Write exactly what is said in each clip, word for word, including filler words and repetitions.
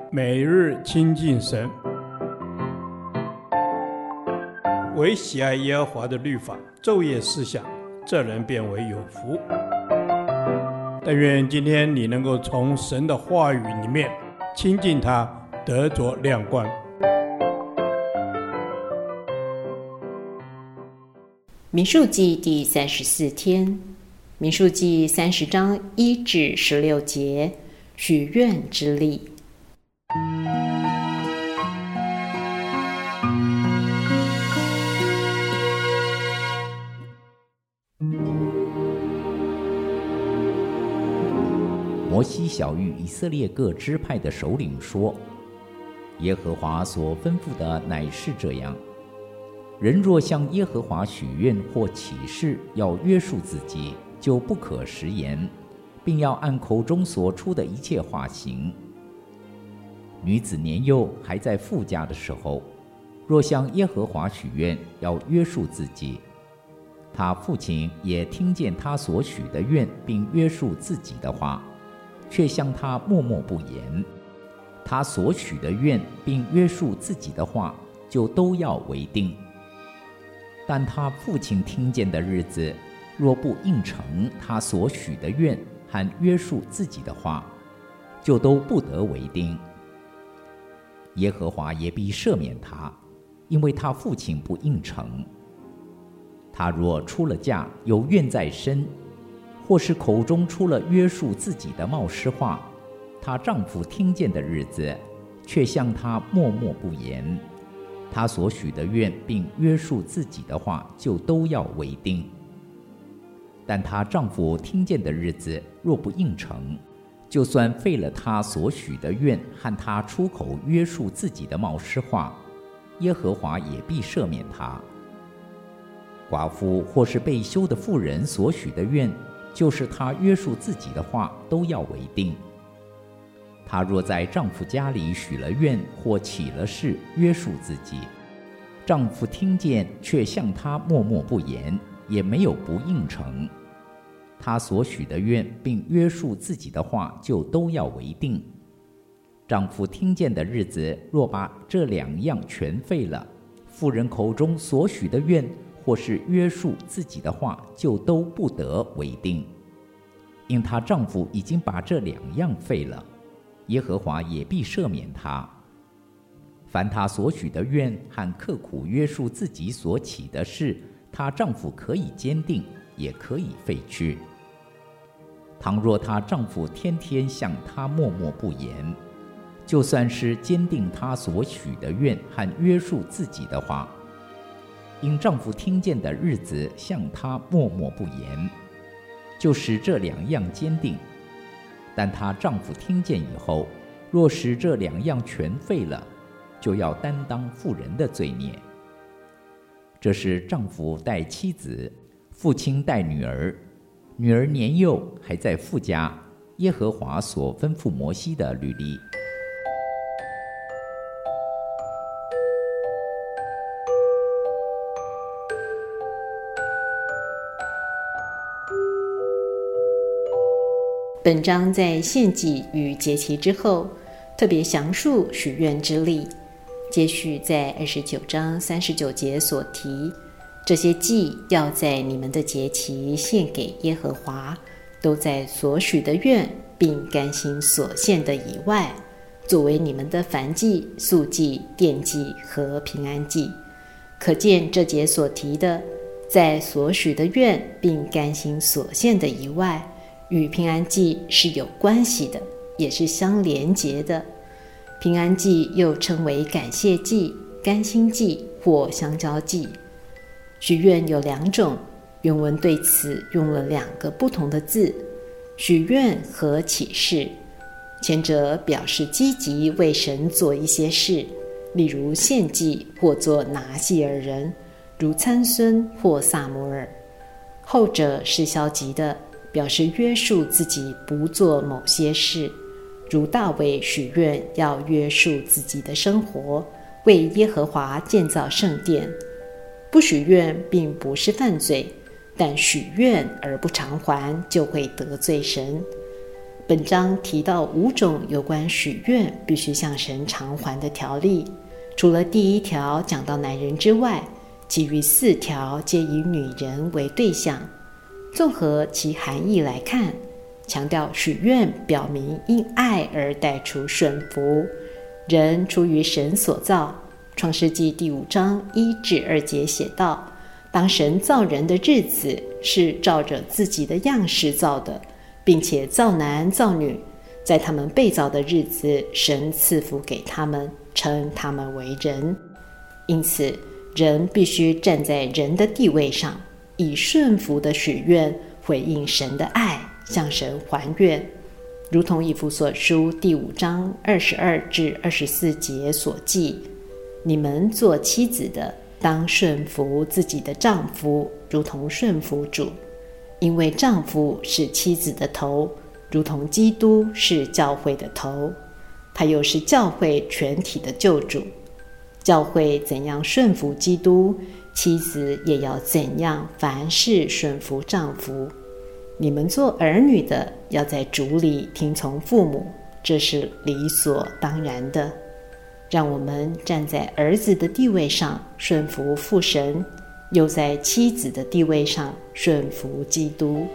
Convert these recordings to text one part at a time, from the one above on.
每日亲近神，唯喜爱耶和华的律法，昼夜思想，这人变为有福。但愿今天你能够从神的话语里面亲近他，得着亮光。 民数记第三十四天，民数记三十章一至十六节，许愿之力。 摩西晓谕以色列各支派的首领说：耶和华所吩咐的乃是这样，人若向耶和华许愿或起誓，要约束自己，就不可食言，并要按口中所出的一切话行。女子年幼还在父家的时候，若向耶和华许愿，要约束自己，她父亲也听见她所许的愿，并约束自己的话，却向他默默不言，他所许的愿并约束自己的话，就都要为定。但他父亲听见的日子，若不应承他所许的愿和约束自己的话，就都不得为定。耶和华也必赦免他，因为他父亲不应承。他若出了嫁，有愿在身，或是口中出了约束自己的冒失话，她丈夫听见的日子，却向她默默不言，她所许的愿并约束自己的话，就都要为定。但她丈夫听见的日子，若不应承，就算废了她所许的愿和她出口约束自己的冒失话，耶和华也必赦免她。寡妇或是被休的妇人所许的愿，就是她约束自己的话，都要为定。她若在丈夫家里许了愿或起了誓，约束自己，丈夫听见却向她默默不言，也没有不应承，她所许的愿并约束自己的话，就都要为定。丈夫听见的日子，若把这两样全废了，妇人口中所许的愿或是约束自己的话，就都不得为定。因她丈夫已经把这两样废了，耶和华也必赦免她。凡她所许的愿和刻苦约束自己所起的事，她丈夫可以坚定，也可以废去。倘若她丈夫天天向她默默不言，就算是坚定她所许的愿和约束自己的话，因丈夫听见的日子向她默默不言，就使这两样坚定。但她丈夫听见以后，若使这两样全废了，就要担当妇人的罪孽。这是丈夫带妻子，父亲带女儿，女儿年幼还在父家，耶和华所吩咐摩西的律例。 本章在献祭与节期之后，特别详述许愿之力。接续在二十九章三十九节所提，这些祭要在你们的节期献给耶和华，都在所许的愿并甘心所献的以外，作为你们的燔祭、素祭、奠祭和平安祭。可见这节所提的，在所许的愿并甘心所献的以外，与平安祭是有关系的，也是相连结的。平安祭又称为感谢祭、甘心祭或香蕉祭。许愿有两种，原文对此用了两个不同的字，许愿和起誓。前者表示积极为神做一些事，例如献祭或做拿细耳人，如参孙或撒母耳；后者是消极的，表示约束自己不做某些事，如大卫许愿要约束自己的生活，为耶和华建造圣殿。不许愿并不是犯罪，但许愿而不偿还就会得罪神。 本章提到五种有关许愿必须向神偿还的条例，除了第一条讲到男人之外，其余四条皆以女人为对象。综合其含义来看，强调许愿表明因爱而带出顺服，人出于神所造。创世纪第五章一至二节写道，当神造人的日子，是照着自己的样式造的，并且造男造女，在他们被造的日子，神赐福给他们，称他们为人。因此人必须站在人的地位上，以顺服的许愿回应神的爱，向神还愿，如同以弗所书第五章二十二至二十四节所记，你们做妻子的，当顺服自己的丈夫，如同顺服主，因为丈夫是妻子的头，如同基督是教会的头，他又是教会全体的救主。教会怎样顺服基督，妻子也要怎样凡事顺服丈夫。你们做儿女的，要在主里听从父母，这是理所当然的。让我们站在儿子的地位上顺服父神，又在妻子的地位上顺服基督。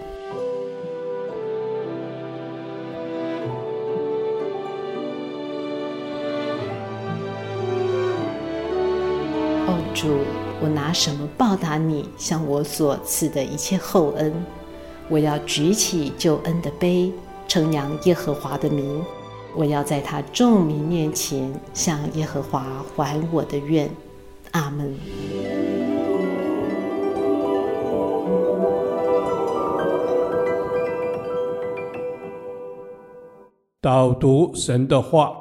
哦主，我拿什么报答你向我所赐的一切厚恩？我要举起救恩的杯，称扬耶和华的名。我要在他众民面前向耶和华还我的愿。阿们。 导读神的话。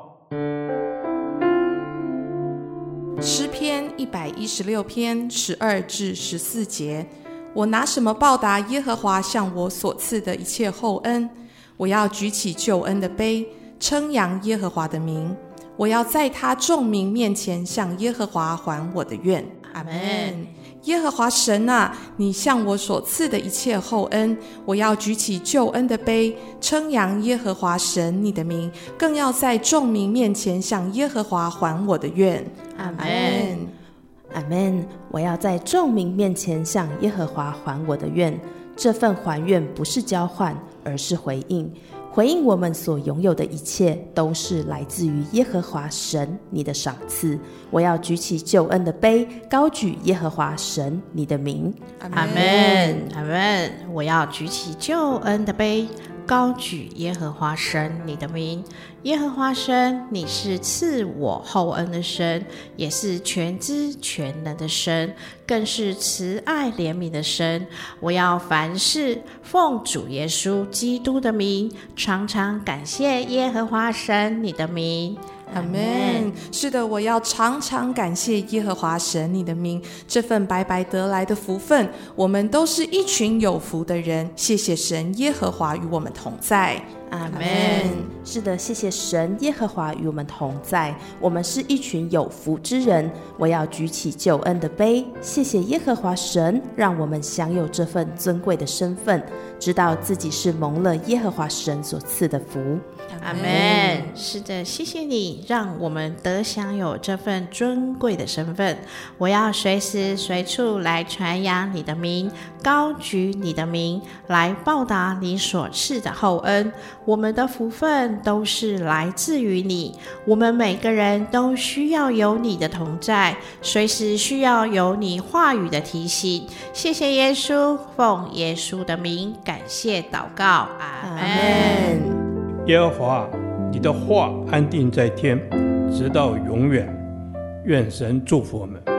诗篇一百一十六篇十二至十四节，我拿什么报答耶和华向我所赐的一切厚恩？我要举起救恩的杯，称扬耶和华的名。我要在他众民面前向耶和华还我的愿。阿们。耶和华神啊，你向我所赐的一切厚恩，我要举起救恩的杯，称扬耶和华神你的名，更要在众民面前向耶和华还我的愿。阿们。 阿们。我要在众民面前向耶和华还我的愿。这份还愿不是交换，而是回应。回应我们所拥有的一切，都是来自于耶和华神你的赏赐。我要举起救恩的杯，高举耶和华神你的名。 阿们。阿们。我要举起救恩的杯，高举耶和华神你的名。耶和华神，你是赐我厚恩的神，也是全知全能的神，更是慈爱怜悯的神。我要凡事奉主耶稣基督的名，常常感谢耶和华神你的名。 阿们。是的，我要常常感谢耶和华神你的名，这份白白得来的福分，我们都是一群有福的人。谢谢神耶和华与我们同在。 阿们。是的，谢谢神耶和华与我们同在，我们是一群有福之人。我要举起救恩的杯，谢谢耶和华神，让我们享有这份尊贵的身份，知道自己是蒙了耶和华神所赐的福。 阿们。是的，谢谢你让我们得享有这份尊贵的身份。我要随时随处来传扬你的名，高举你的名，来报答你所赐的厚恩。我们的福分都是来自于你，我们每个人都需要有你的同在，随时需要有你话语的提醒。谢谢耶稣，奉耶稣的名感谢祷告。阿们。 耶和华，你的话安定在天，直到永远。愿神祝福我们。